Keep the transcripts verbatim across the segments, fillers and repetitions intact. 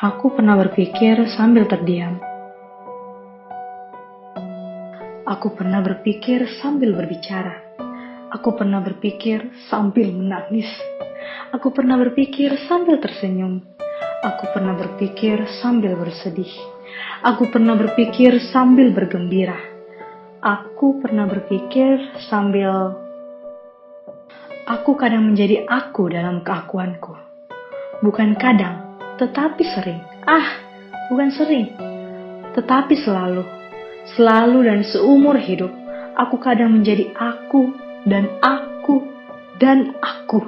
Aku pernah berpikir sambil terdiam. Aku pernah berpikir sambil berbicara. Aku pernah berpikir sambil menangis. Aku pernah berpikir sambil tersenyum. Aku pernah berpikir sambil bersedih. Aku pernah berpikir sambil bergembira. Aku pernah berpikir sambil... Aku kadang menjadi aku dalam keakuanku. Bukan kadang, tetapi sering. Ah, bukan sering, tetapi selalu. Selalu dan seumur hidup, aku kadang menjadi aku, dan aku, dan aku.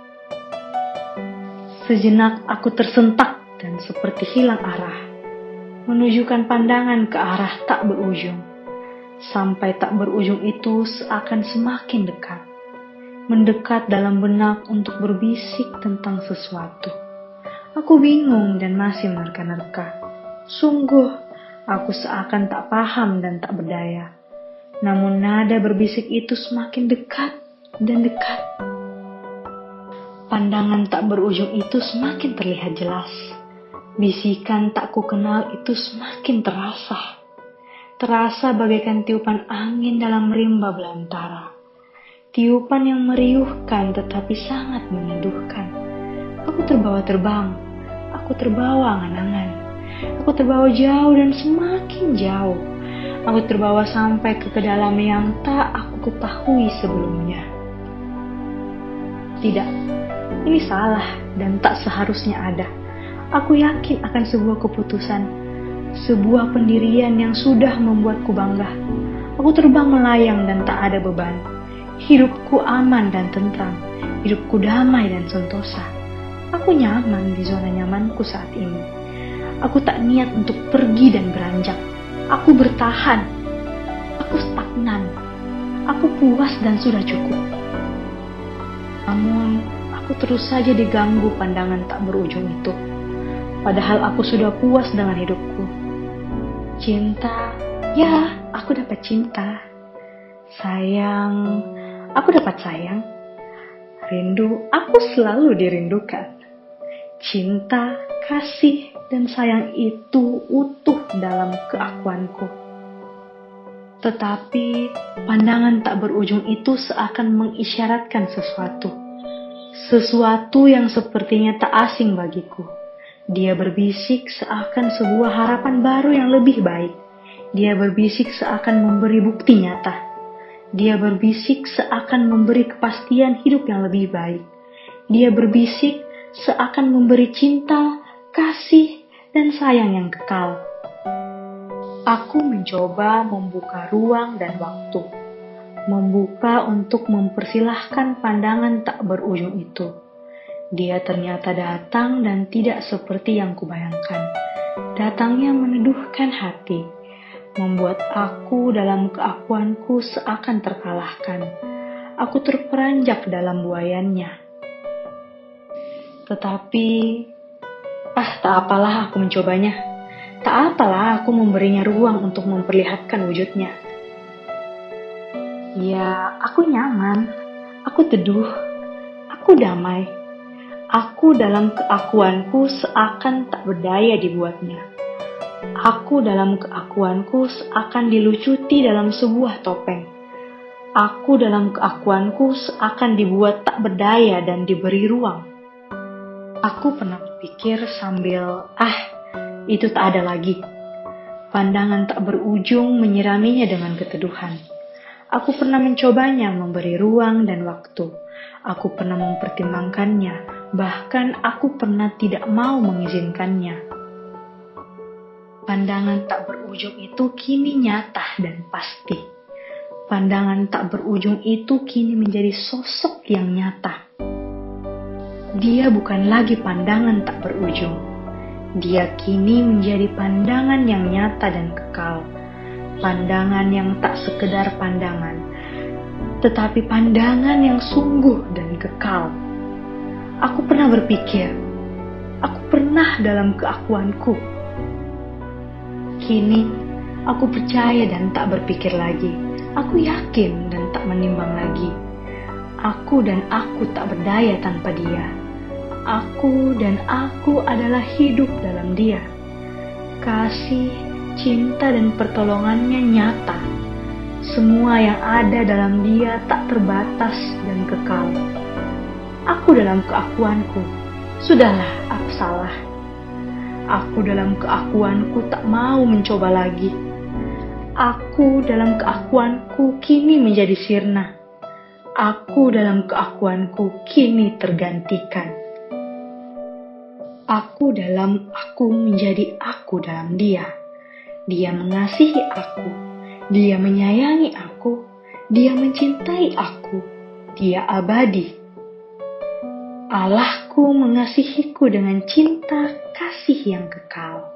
Sejenak aku tersentak dan seperti hilang arah, menunjukkan pandangan ke arah tak berujung. Sampai tak berujung itu seakan semakin dekat, mendekat dalam benak untuk berbisik tentang sesuatu. Aku bingung dan masih menerka-nerka. Sungguh, aku seakan tak paham dan tak berdaya. Namun nada berbisik itu semakin dekat dan dekat. Pandangan tak berujung itu semakin terlihat jelas. Bisikan tak kukenal itu semakin terasa. Terasa bagaikan tiupan angin dalam rimba belantara. Tiupan yang meriuhkan tetapi sangat menyeduhkan. Aku terbawa terbang. Aku terbawa angan-angan. Aku terbawa jauh dan semakin jauh. Aku terbawa sampai ke kedalaman yang tak aku ketahui sebelumnya. Tidak, ini salah dan tak seharusnya ada. Aku yakin akan sebuah keputusan, sebuah pendirian yang sudah membuatku bangga. Aku terbang melayang dan tak ada beban. Hidupku aman dan tentram. Hidupku damai dan sentosa. Aku nyaman di zona nyamanku saat ini. Aku tak niat untuk pergi dan beranjak. Aku bertahan. Aku stagnan. Aku puas dan sudah cukup. Namun, aku terus saja diganggu pandangan tak berujung itu. Padahal aku sudah puas dengan hidupku. Cinta, ya, aku dapat cinta. Sayang, aku dapat sayang. Rindu, aku selalu dirindukan. Cinta, kasih, dan sayang itu utuh dalam keakuanku. Tetapi pandangan tak berujung itu seakan mengisyaratkan sesuatu. Sesuatu yang sepertinya tak asing bagiku. Dia berbisik seakan sebuah harapan baru yang lebih baik. Dia berbisik seakan memberi bukti nyata. Dia berbisik seakan memberi kepastian hidup yang lebih baik. Dia berbisik seakan memberi cinta, kasih, dan sayang yang kekal. Aku mencoba membuka ruang dan waktu, membuka untuk mempersilahkan pandangan tak berujung itu. Dia ternyata datang dan tidak seperti yang kubayangkan. Datangnya meneduhkan hati, membuat aku dalam keakuanku seakan terkalahkan. Aku terperanjak dalam buayannya. Tetapi, ah tak apalah aku mencobanya. Tak apalah aku memberinya ruang untuk memperlihatkan wujudnya. Ya, aku nyaman. Aku teduh. Aku damai. Aku dalam keakuanku seakan tak berdaya dibuatnya. Aku dalam keakuanku seakan dilucuti dalam sebuah topeng. Aku dalam keakuanku seakan dibuat tak berdaya dan diberi ruang. Aku pernah berpikir sambil, ah, itu tak ada lagi. Pandangan tak berujung menyiraminya dengan keteduhan. Aku pernah mencobanya memberi ruang dan waktu. Aku pernah mempertimbangkannya, bahkan aku pernah tidak mau mengizinkannya. Pandangan tak berujung itu kini nyata dan pasti. Pandangan tak berujung itu kini menjadi sosok yang nyata. Dia bukan lagi pandangan tak berujung. Dia kini menjadi pandangan yang nyata dan kekal. Pandangan yang tak sekedar pandangan, tetapi pandangan yang sungguh dan kekal. Aku pernah berpikir, aku pernah dalam keakuanku. Kini, aku percaya dan tak berpikir lagi. Aku yakin dan tak menimbang lagi. Aku dan aku tak berdaya tanpa dia. Aku dan aku adalah hidup dalam Dia. Kasih, cinta, dan pertolongannya nyata. Semua yang ada dalam Dia tak terbatas dan kekal. Aku dalam keakuanku, sudahlah aku salah. Aku dalam keakuanku tak mau mencoba lagi. Aku dalam keakuanku kini menjadi sirna. Aku dalam keakuanku kini tergantikan. Aku dalam aku menjadi aku dalam Dia. Dia mengasihi aku. Dia menyayangi aku. Dia mencintai aku. Dia abadi. Allahku mengasihiku dengan cinta kasih yang kekal.